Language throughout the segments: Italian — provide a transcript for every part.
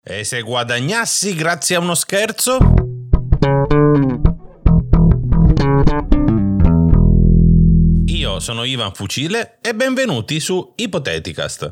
E se guadagnassi grazie a uno scherzo? Io sono Ivan Fucile e benvenuti su Ipoteticast.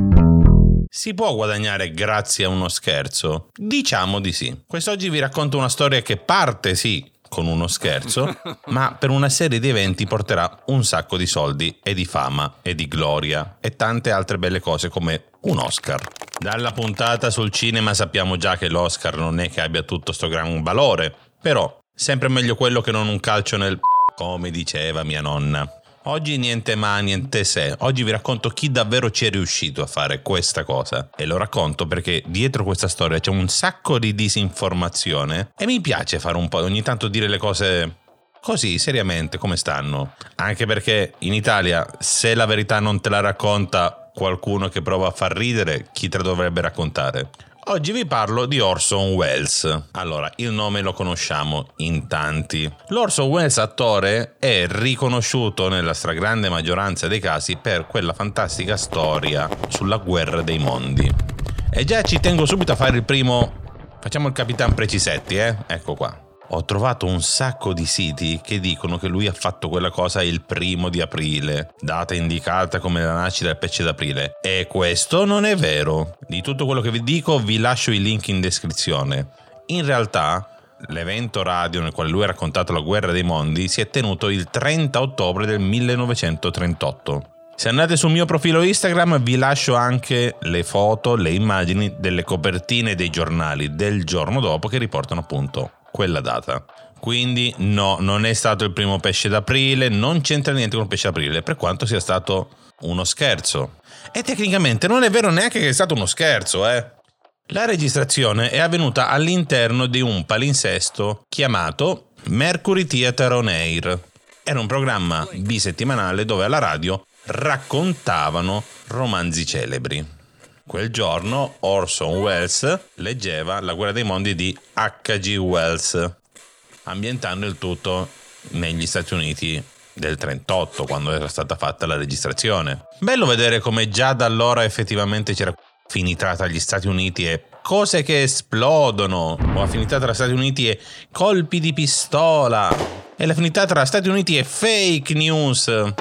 Si può guadagnare grazie a uno scherzo? Diciamo di sì. Quest'oggi vi racconto una storia che parte sì con uno scherzo, ma per una serie di eventi porterà un sacco di soldi e di fama e di gloria e tante altre belle cose come un Oscar. Dalla puntata sul cinema sappiamo già che l'Oscar non è che abbia tutto sto gran valore, però sempre meglio quello che non un calcio nel come diceva mia nonna. Oggi niente ma, niente se. Oggi vi racconto chi davvero ci è riuscito a fare questa cosa. E lo racconto perché dietro questa storia c'è un sacco di disinformazione e mi piace fare un po', ogni tanto dire le cose così, seriamente, come stanno. Anche perché in Italia, se la verità non te la racconta qualcuno che prova a far ridere, chi te la dovrebbe raccontare? Oggi vi parlo di Orson Welles. Allora, il nome lo conosciamo in tanti. L'Orson Welles attore è riconosciuto nella stragrande maggioranza dei casi per quella fantastica storia sulla guerra dei mondi. E già ci tengo subito a fare il primo. Facciamo il Capitan Precisetti, Ecco qua. Ho trovato un sacco di siti che dicono che lui ha fatto quella cosa il 1 aprile, data indicata come la nascita del pesce d'aprile. E questo non è vero. Di tutto quello che vi dico vi lascio i link in descrizione. In realtà, l'evento radio nel quale lui ha raccontato la guerra dei mondi si è tenuto il 30 ottobre del 1938. Se andate sul mio profilo Instagram vi lascio anche le foto, le immagini delle copertine dei giornali del giorno dopo che riportano appunto quella data. Quindi no, non è stato il primo pesce d'aprile, non c'entra niente con il pesce d'aprile, per quanto sia stato uno scherzo. E tecnicamente non è vero neanche che è stato uno scherzo, La registrazione è avvenuta all'interno di un palinsesto chiamato Mercury Theatre on Air. Era un programma bisettimanale dove alla radio raccontavano romanzi celebri. Quel giorno Orson Welles leggeva La guerra dei mondi di H.G. Wells, ambientando il tutto negli Stati Uniti del 38, quando era stata fatta la registrazione. Bello vedere come già da allora effettivamente c'era affinità tra gli Stati Uniti e cose che esplodono, o affinità tra Stati Uniti e colpi di pistola, e l'affinità tra Stati Uniti e fake news.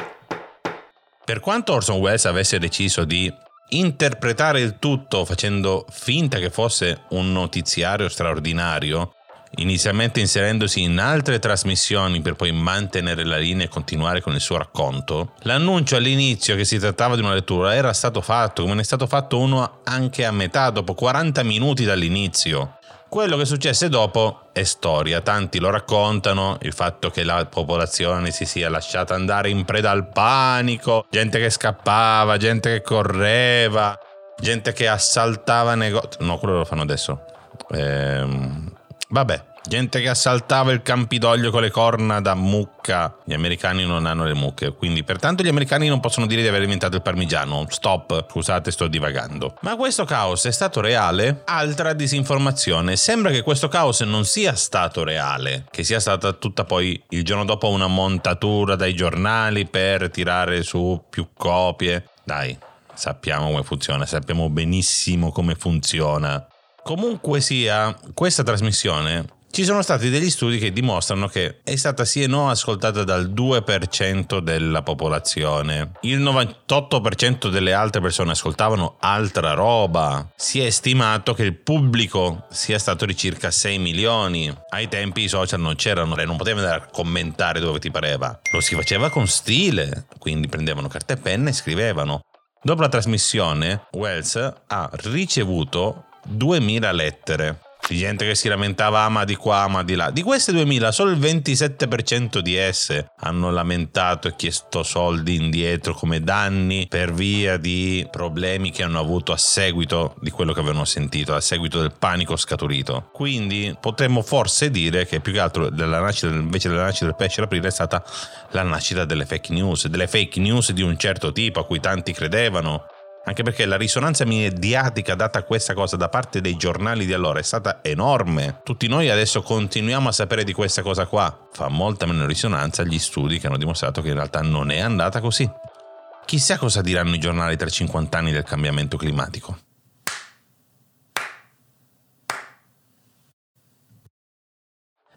Per quanto Orson Welles avesse deciso di interpretare il tutto facendo finta che fosse un notiziario straordinario, inizialmente inserendosi in altre trasmissioni per poi mantenere la linea e continuare con il suo racconto, l'annuncio all'inizio che si trattava di una lettura era stato fatto, come ne è stato fatto uno anche a metà, dopo 40 minuti dall'inizio. Quello che successe dopo è storia, tanti lo raccontano, il fatto che la popolazione si sia lasciata andare in preda al panico, gente che scappava, gente che correva, gente che assaltava negozi. No, quello lo fanno adesso. Gente che assaltava il Campidoglio con le corna da mucca. Gli americani non hanno le mucche, quindi pertanto gli americani non possono dire di aver inventato il parmigiano. Stop, scusate, sto divagando. Ma questo caos è stato reale? Altra disinformazione. Sembra che questo caos non sia stato reale, che sia stata tutta poi il giorno dopo una montatura dai giornali per tirare su più copie. Dai, sappiamo come funziona, sappiamo benissimo come funziona. Comunque sia, questa trasmissione, ci sono stati degli studi che dimostrano che è stata sì e no ascoltata dal 2% della popolazione. Il 98% delle altre persone ascoltavano altra roba. Si è stimato che il pubblico sia stato di circa 6 milioni. Ai tempi i social non c'erano, non potevi andare a commentare dove ti pareva. Lo si faceva con stile, quindi prendevano carta e penna e scrivevano. Dopo la trasmissione, Wells ha ricevuto 2000 lettere di gente che si lamentava ama di qua, ama di là. Di queste 2000 solo il 27% di esse hanno lamentato e chiesto soldi indietro come danni per via di problemi che hanno avuto a seguito di quello che avevano sentito, a seguito del panico scaturito. Quindi potremmo forse dire che più che altro invece della nascita del pesce d'aprile è stata la nascita delle fake news di un certo tipo a cui tanti credevano. Anche perché la risonanza mediatica data a questa cosa da parte dei giornali di allora è stata enorme. Tutti noi adesso continuiamo a sapere di questa cosa qua. Fa molta meno risonanza gli studi che hanno dimostrato che in realtà non è andata così. Chissà cosa diranno i giornali tra 50 anni del cambiamento climatico.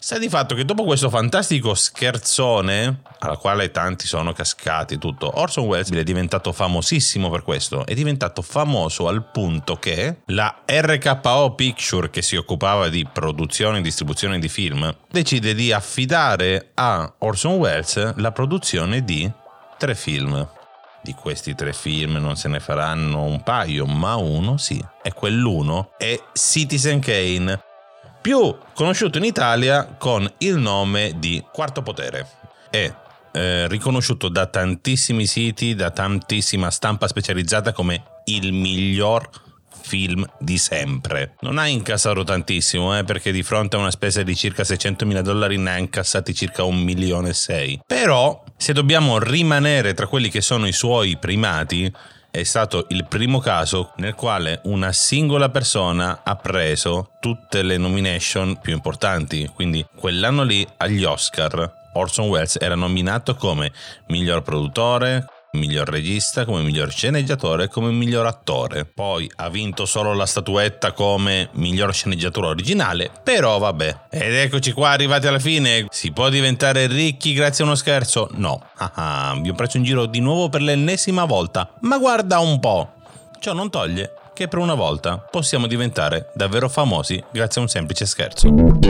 Sta di fatto che dopo questo fantastico scherzone, alla quale tanti sono cascati tutto, Orson Welles è diventato famosissimo per questo. È diventato famoso al punto che la RKO Picture, che si occupava di produzione e distribuzione di film, decide di affidare a Orson Welles la produzione di 3 film. Di questi 3 film non se ne faranno un paio, ma uno sì. E quell'uno è Citizen Kane, più conosciuto in Italia con il nome di Quarto Potere. È riconosciuto da tantissimi siti, da tantissima stampa specializzata come il miglior film di sempre. Non ha incassato tantissimo, perché di fronte a una spesa di circa $600.000 ne ha incassati circa 1,6 milioni. Però, se dobbiamo rimanere tra quelli che sono i suoi primati, è stato il primo caso nel quale una singola persona ha preso tutte le nomination più importanti. Quindi quell'anno lì agli Oscar Orson Welles era nominato come miglior produttore, miglior regista, come miglior sceneggiatore e come miglior attore. Poi ha vinto solo la statuetta come miglior sceneggiatura originale, però vabbè. Ed eccoci qua arrivati alla fine. Si può diventare ricchi grazie a uno scherzo? No. Vi ho preso in giro di nuovo per l'ennesima volta, ma guarda un po'. Ciò non toglie che per una volta possiamo diventare davvero famosi grazie a un semplice scherzo.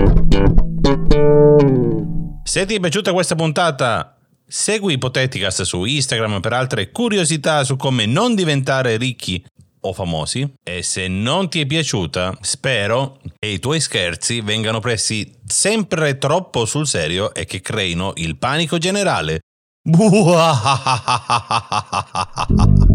Se ti è piaciuta questa puntata, segui Ipoteticast su Instagram per altre curiosità su come non diventare ricchi o famosi. E se non ti è piaciuta, spero che i tuoi scherzi vengano presi sempre troppo sul serio e che creino il panico generale.